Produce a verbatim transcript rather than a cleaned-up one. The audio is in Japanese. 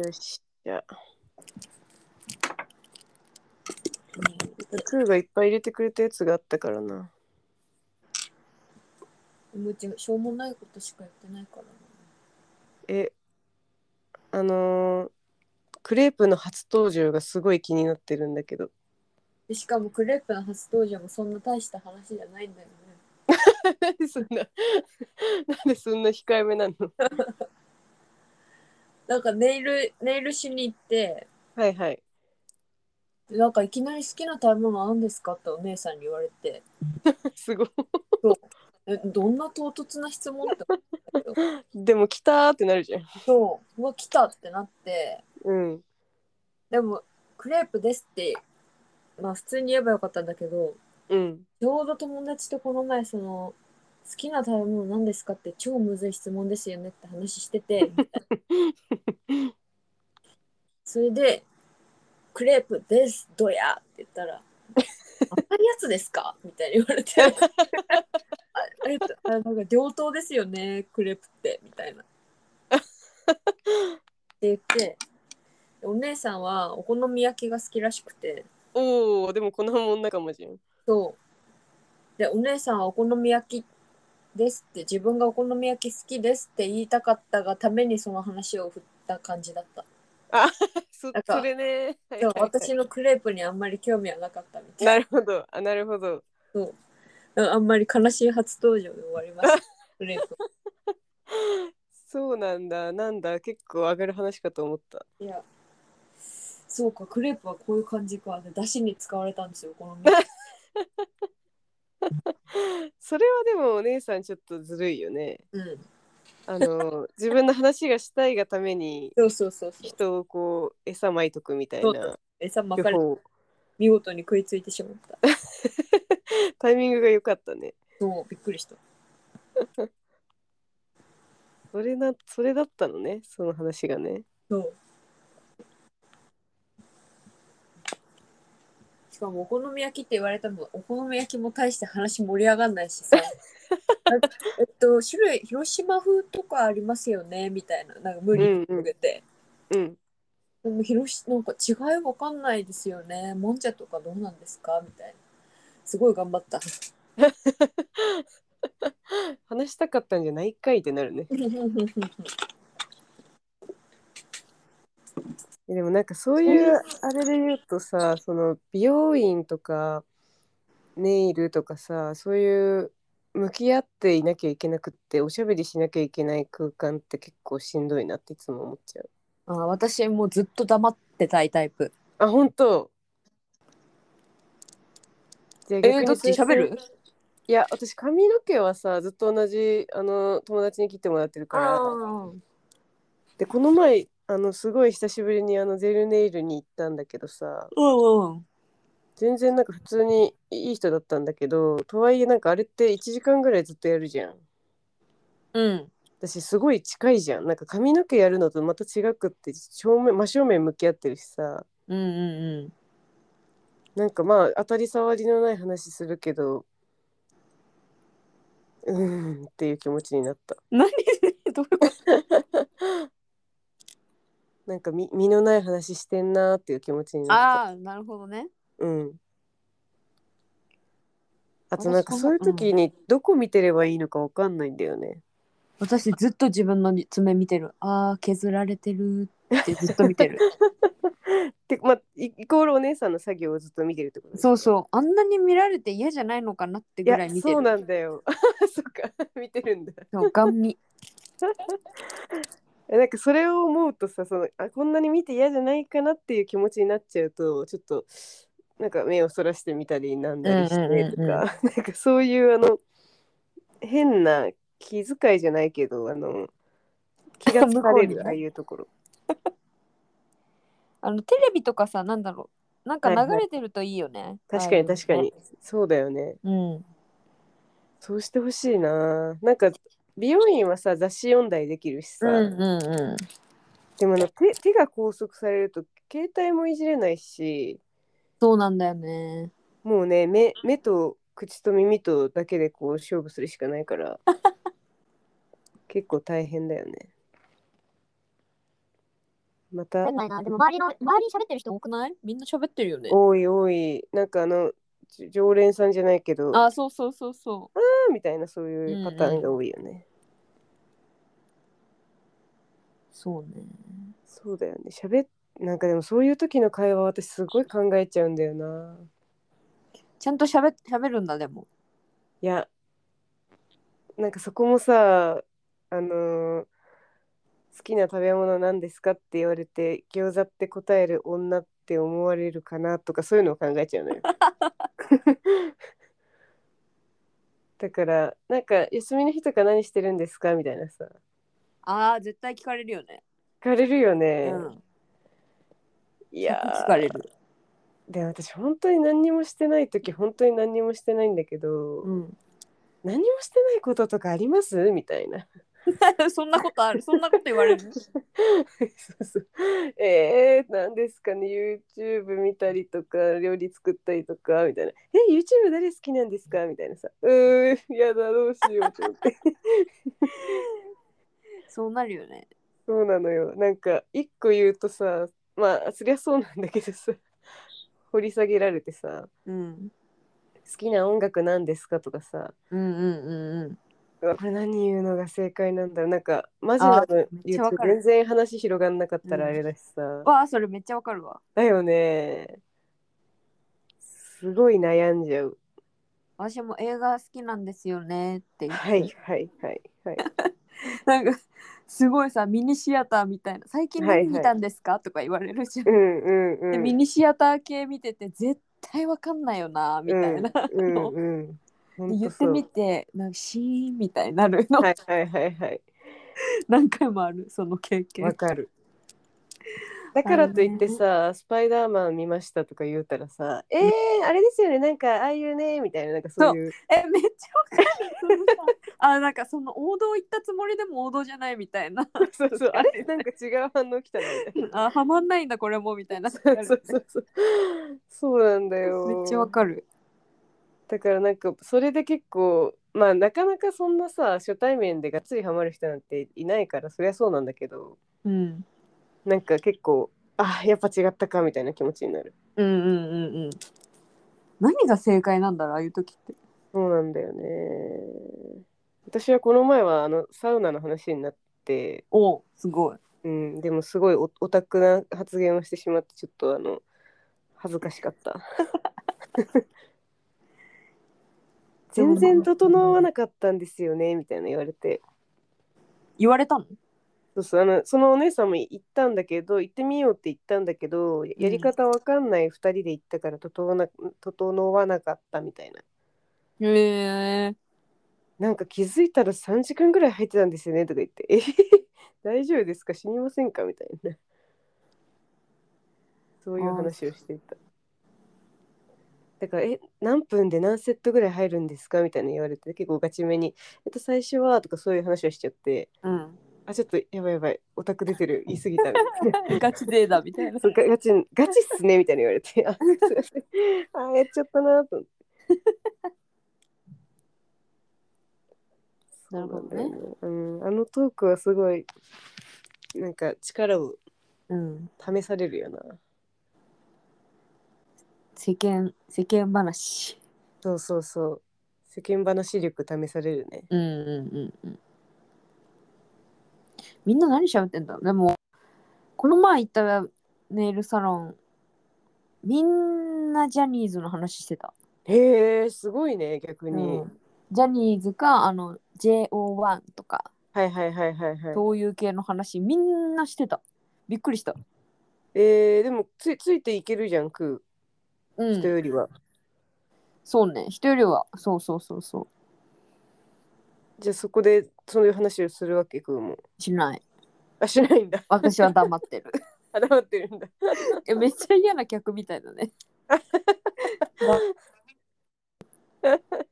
よし。じゃあ。クーがいっぱい入れてくれたやつがあったからな。 うちしょうもないことしかやってないからな。 え、あのー、クレープの初登場がすごい気になってるんだけど。 でしかもクレープの初登場もそんな大した話じゃないんだよね。 なんでそんな、なんでそんな控えめなの？ なんかネイル、ネイルしに行って、 はいはい。 なんかいきなり好きな食べ物何ですかってお姉さんに言われて、 すごい。 そう。え、どんな唐突な質問って思ったけど、 でも来たーってなるじゃん。 そう、うわ、来たってなって、 うん。 でも、クレープですって、まあ普通に言えばよかったんだけど、 うん。 ちょうど友達とこの前、その、好きな食べ物何ですかって超むずい質問ですよねって話してて、それで、クレープです、どやって言ったら、甘いやつですかみたいに言われて、あ、あれと、あ、なんか両党ですよね、クレープって、みたいな。って言って、お姉さんはお好み焼きが好きらしくて、 おー、でもこのもん仲間じゃん。 そう。で、お姉さんはお好み焼きですって、自分がお好み焼き好きですって言いたかったがためにその話を振った感じだった。 あ、そ、 なんか、 それね。はいそうはいはい。 私のクレープにあんまり興味はなかったみたいな。 なるほど。あ、なるほど。 そう。だからあんまり悲しい初登場で終わりました。クレープ。 そうなんだ。なんだ。結構上がる話かと思った。 いや、そうか、クレープはこういう感じか。で、だしに使われたんですよ、お好み焼き。 それはでもお姉さんちょっとずるいよね。 うん。 あの、自分の話がしたいがためにそうそうそうそう。 人をこう餌まいとくみたいそうだ。 な餌まかれ、 手法。 見事に食いついてしまった。 タイミングが良かったね。 そう、びっくりした。 それな、それだったのね、その話がね。 そう。しかもお好み焼きって言われたの、お好み焼きも大して話盛り上がんないしさ。なんかえっと、種類、広島風とかありますよねみたいな。なんか無理にうんうん広げて。 うん。 でも、広し、なんか違いわかんないですよね。もんじゃとかどうなんですかみたいな。すごい頑張った。 話したかったんじゃないかいってなるね。でもなんかそういうあれで言うとさ、その美容院とかネイルとかさ、そういう向き合っていなきゃいけなくっておしゃべりしなきゃいけない空間って結構しんどいなっていつも思っちゃう。 あ、私もうずっと黙ってたいタイプ。 あ、本当？じゃあえー、 逆にどっそれってち喋る？ いや私髪の毛はさずっと同じあの友達に切ってもらってるあからあ、 でこの前あのすごい久しぶりにあのジェルネイルに行ったんだけどさうんうん。 全然なんか普通にいい人だったんだけどとはいえなんかあれっていちじかんぐらいずっとやるじゃん。 うん。 私すごい近いじゃん。なんか髪の毛やるのとまた違くって正面真正面向き合ってるしさうんうんうん。 なんかまあ当たり障りのない話するけどうーんっていう気持ちになった。 何どういうこと？ なんか身身のない話してんなーっていう気持ちになった。 ああ、なるほどね。 うん。あとなん私この、 かそういううん。 時にどこ見てればいいのかわかんないんだよね。 私ずっと自分の爪見てる。ああ、削られてるってずっと見てる。 で、まあ、イイコールお姉さんの作業をずっと見てるってことでしょ？ そうそう。あんなに見られて嫌じゃないのかなってぐいや、 らい見てる。 そうなんだよ。そっか、見てるんだ。 そう、ガン見。 えなんかそれを思うとさ、そのあこんなに見て嫌じゃないかなっていう気持ちになっちゃうと、ちょっとなんか目をそらしてみたりなんうんだりしてとか、 うんうんうん。 なんかそういうあの変な気遣いじゃないけど、あの気が向疲れるああこうにね。 いうところ。 あの、テレビとかさ、なんだろう。なんか流はいはい。 れてるといいよね。ああ確かいうのね。 に確かに。そうだよね。 うん。 そうしてほしいな。なんか美容院はさ雑誌読んだりできるしさ、 うんうんうん。 でもあの手、手が拘束されると携帯もいじれないし、 そうなんだよね。 もうね目、目と口と耳とだけでこう勝負するしかないから結構大変だよね。 またでもな、でも周りの周りに喋ってる人多くない？みんな喋ってるよね。 多い多い。なんかあの、じ常連さんじゃないけど、ああ、そうそうそうそーみたいなそうう。 いううんうん。 パターンが多いよね。 そうね。 そうだよね。喋っ、なんかでもそういう時の会話私すごい考えちゃうんだよな。 ちゃんと喋喋るんだ、でも。 いや、なんかそこもさ、あのー好きな食べ物なんですかって言われて餃子って答える女って思われるかなとかそういうのを考えちゃうのよ。だからなんか休みの日とか何してるんですかみたいなさああ、絶対聞かれるよね。 聞かれるよね。 うん。 いひゃく聞かやれる。 ーで私本当に何にもしてない時本当に何にもしてないんだけど、 うん。 何にもしてないこととかありますみたいな。 そんなことある？そんなこと言われる？ そうそう。えー、なんですかね、YouTube 見たりとか、料理作ったりとか、みたいな。え、YouTube 誰好きなんですかみたいなさ。うーん、やだ、どうしようと思って。 そうなるよね。 そうなのよ。なんか、一個言うとさ、まあ、そりゃそうなんだけどさ、掘り下げられてさ、 うん。 好きな音楽なんですかとかさ、 うんうんうんうん。 うわこれ何言うのが正解なんだろう。なんか、マジなああ、 のめっ言うと全ちゃわかる。 然話広がんなかっうん。 たらあれだしさ。 わあ、それめっちゃわかるわ。 だよね。すごい悩んじゃう。 私も映画好きなんですよねって言っはいて。 はいはいはい。 なんか、すごいさ、ミニシアターみたいな。最近はいはい。 何見たんですかとか言われるじゃん。 うんうんで、 うん。 ミニシアター系見てて、絶対わかんないよな、みたいなうんうんの。 うん。ほで、 ん言ってとそう。 みて、なんかシーンみたいになるの。 はいはいはいはい。 何回もある、その経験。 わかる。だあれからといってね。 さ、スパイダーマン見ましたとか言うたらさ、えー、あれですよね、なんかああいうね、みたいな、なんかそうそう。 いう。 え、めっちゃわかる。そのさ、あ、なんかその王道行ったつもりでも王道じゃないみたいなそうそう、あれ時あるよなんか違う反応来たな、みたいな。 ね。あ、はまんないんだ、これも、みたいな時そうあるよね。 そうそうそう。そうなんだめっちゃわよ。 かる。 だからなんか、それで結構、まあなかなかそんなさ、初対面でがっつりハマる人なんていないから、そりゃそうなんだけど、 うん。 なんか結構、あ、やっぱ違ったかみたいな気持ちになる。 うんうんうんうん。何が正解なんだろう、ああいう時って。 そうなんだよね。私はこの前はあのサウナの話になって、 おう、すごい。 うん、でもすごいオオタクな発言をしてしまって、ちょっとあの、恥ずかしかった。全然でも、 整わなかったんですよね、みたいな言われて。 言われたの？ そうそう、あの、そのお姉さんも行ったんだけど、行ってみようって言ったんだけど、やりうん。 方わかんないふたりで行ったから整わな、整わなかったみたいな。 へえ。 なんか気づいたらさんじかんぐらい入ってたんですよねとか言って、えへへ大丈夫ですか死にませんかみたいな。そういうあ、 話をしていた。だから、え、何分で何セットぐらい入るんですかみたいな言われて、結構ガチめに、えっと、最初はとかそういう話をしちゃって、 うん。 あ、ちょっとやばいやばい、オタク出てる、言い過ぎたみたいな。 ガチ勢だみたいな。 そうガガチ、ガチっすねみたいな言われて、あ、すいません。あ、やっちゃったなと思って。そうなんなるほどね。 だよね。うん、あのトークはすごい、なんか力をうん。 試されるよな。 世間、世間話。 そうそうそう。世間話力試されるね。 うんうんうんうん。みんな何喋ってんだろう。でも、この前行ったネイルサロン、みんなジャニーズの話してた。 へえ、すごいね、逆に。 うん。ジャニーズか、あの、ジェイオーワン とか、 はいはいはいはいはい。 そういう系の話、みんなしてた。びっくりした。 えー、でもつ、ついていけるじゃん、食ううん。 人よりは。 そうね。人よりは、そうそうそうそじゃあそこでそういう話をするわけ、食うも。 う。しない。 あ、しないんだ。 私は黙ってる。 あ、黙ってるんだ。 え、めっちゃ嫌な客みたいだね。だ